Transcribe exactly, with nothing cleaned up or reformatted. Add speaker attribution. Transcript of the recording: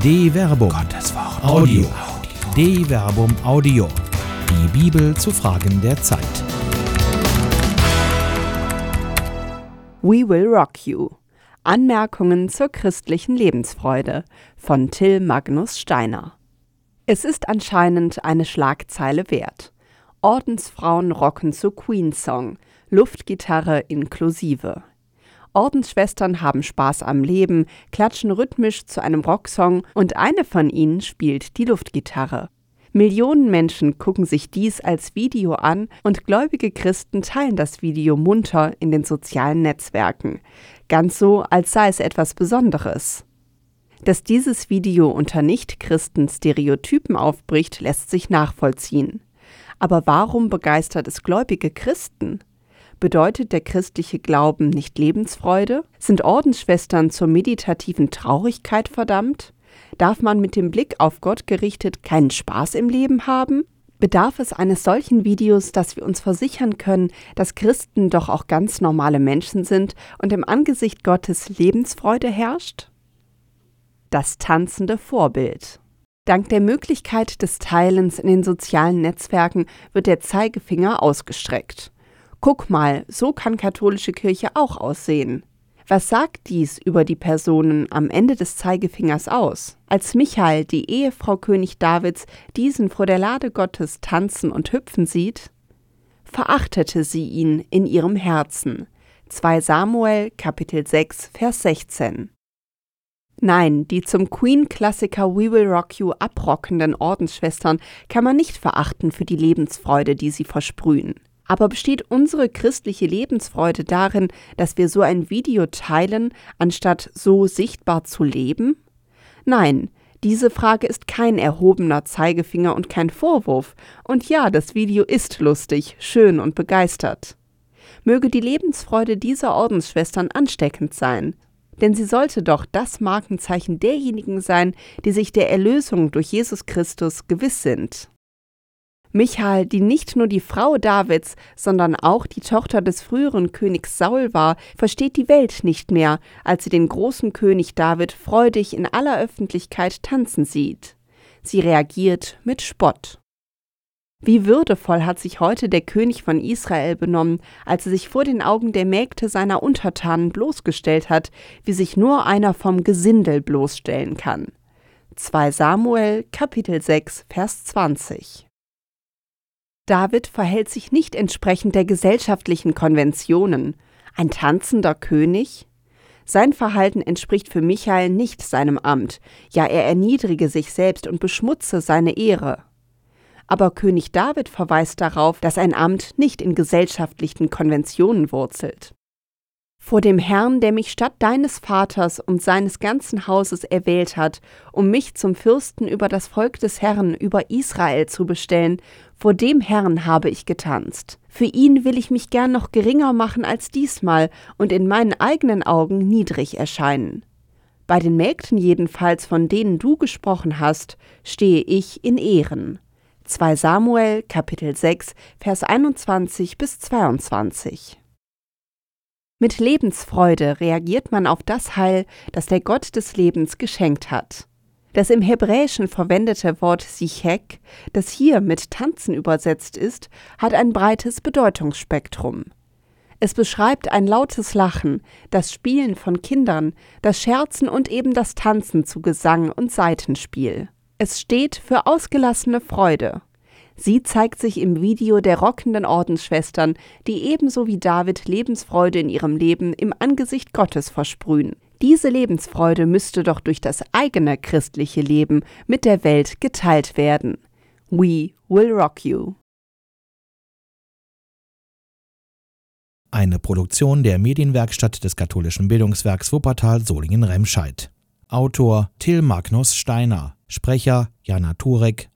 Speaker 1: De Verbum. Gottes Wort. Audio. De Verbum Audio. Die Bibel zu Fragen der Zeit.
Speaker 2: We Will Rock You. Anmerkungen zur christlichen Lebensfreude von Till Magnus Steiner. Es ist anscheinend eine Schlagzeile wert. Ordensfrauen rocken zu Queen-Song, Luftgitarre inklusive. Ordensschwestern haben Spaß am Leben, klatschen rhythmisch zu einem Rocksong und eine von ihnen spielt die Luftgitarre. Millionen Menschen gucken sich dies als Video an und gläubige Christen teilen das Video munter in den sozialen Netzwerken. Ganz so, als sei es etwas Besonderes. Dass dieses Video unter Nichtchristen Stereotypen aufbricht, lässt sich nachvollziehen. Aber warum begeistert es gläubige Christen? Bedeutet der christliche Glauben nicht Lebensfreude? Sind Ordensschwestern zur meditativen Traurigkeit verdammt? Darf man mit dem Blick auf Gott gerichtet keinen Spaß im Leben haben? Bedarf es eines solchen Videos, dass wir uns versichern können, dass Christen doch auch ganz normale Menschen sind und im Angesicht Gottes Lebensfreude herrscht? Das tanzende Vorbild. Dank der Möglichkeit des Teilens in den sozialen Netzwerken wird der Zeigefinger ausgestreckt. Guck mal, so kann katholische Kirche auch aussehen. Was sagt dies über die Personen am Ende des Zeigefingers aus? Als Michael, die Ehefrau König Davids, diesen vor der Lade Gottes tanzen und hüpfen sieht, verachtete sie ihn in ihrem Herzen. zwei Samuel, Kapitel sechs, Vers sechzehn. Nein, die zum Queen-Klassiker We Will Rock You abrockenden Ordensschwestern kann man nicht verachten für die Lebensfreude, die sie versprühen. Aber besteht unsere christliche Lebensfreude darin, dass wir so ein Video teilen, anstatt so sichtbar zu leben? Nein, diese Frage ist kein erhobener Zeigefinger und kein Vorwurf. Und ja, das Video ist lustig, schön und begeistert. Möge die Lebensfreude dieser Ordensschwestern ansteckend sein. Denn sie sollte doch das Markenzeichen derjenigen sein, die sich der Erlösung durch Jesus Christus gewiss sind. Michael, die nicht nur die Frau Davids, sondern auch die Tochter des früheren Königs Saul war, versteht die Welt nicht mehr, als sie den großen König David freudig in aller Öffentlichkeit tanzen sieht. Sie reagiert mit Spott. Wie würdevoll hat sich heute der König von Israel benommen, als er sich vor den Augen der Mägde seiner Untertanen bloßgestellt hat, wie sich nur einer vom Gesindel bloßstellen kann. zwei Samuel, Kapitel sechs, Vers zwanzig. David verhält sich nicht entsprechend der gesellschaftlichen Konventionen. Ein tanzender König? Sein Verhalten entspricht für Michael nicht seinem Amt. Ja, er erniedrige sich selbst und beschmutze seine Ehre. Aber König David verweist darauf, dass ein Amt nicht in gesellschaftlichen Konventionen wurzelt. Vor dem Herrn, der mich statt deines Vaters und seines ganzen Hauses erwählt hat, um mich zum Fürsten über das Volk des Herrn, über Israel zu bestellen, vor dem Herrn habe ich getanzt. Für ihn will ich mich gern noch geringer machen als diesmal und in meinen eigenen Augen niedrig erscheinen. Bei den Mägden jedenfalls, von denen du gesprochen hast, stehe ich in Ehren. zwei Samuel, Kapitel sechs, Vers einundzwanzig bis zweiundzwanzig. Mit Lebensfreude reagiert man auf das Heil, das der Gott des Lebens geschenkt hat. Das im Hebräischen verwendete Wort Sichek, das hier mit Tanzen übersetzt ist, hat ein breites Bedeutungsspektrum. Es beschreibt ein lautes Lachen, das Spielen von Kindern, das Scherzen und eben das Tanzen zu Gesang und Saitenspiel. Es steht für ausgelassene Freude. Sie zeigt sich im Video der rockenden Ordensschwestern, die ebenso wie David Lebensfreude in ihrem Leben im Angesicht Gottes versprühen. Diese Lebensfreude müsste doch durch das eigene christliche Leben mit der Welt geteilt werden. We will rock you.
Speaker 1: Eine Produktion der Medienwerkstatt des katholischen Bildungswerks Wuppertal Solingen-Remscheid. Autor Till Magnus Steiner. Sprecher Jana Turek.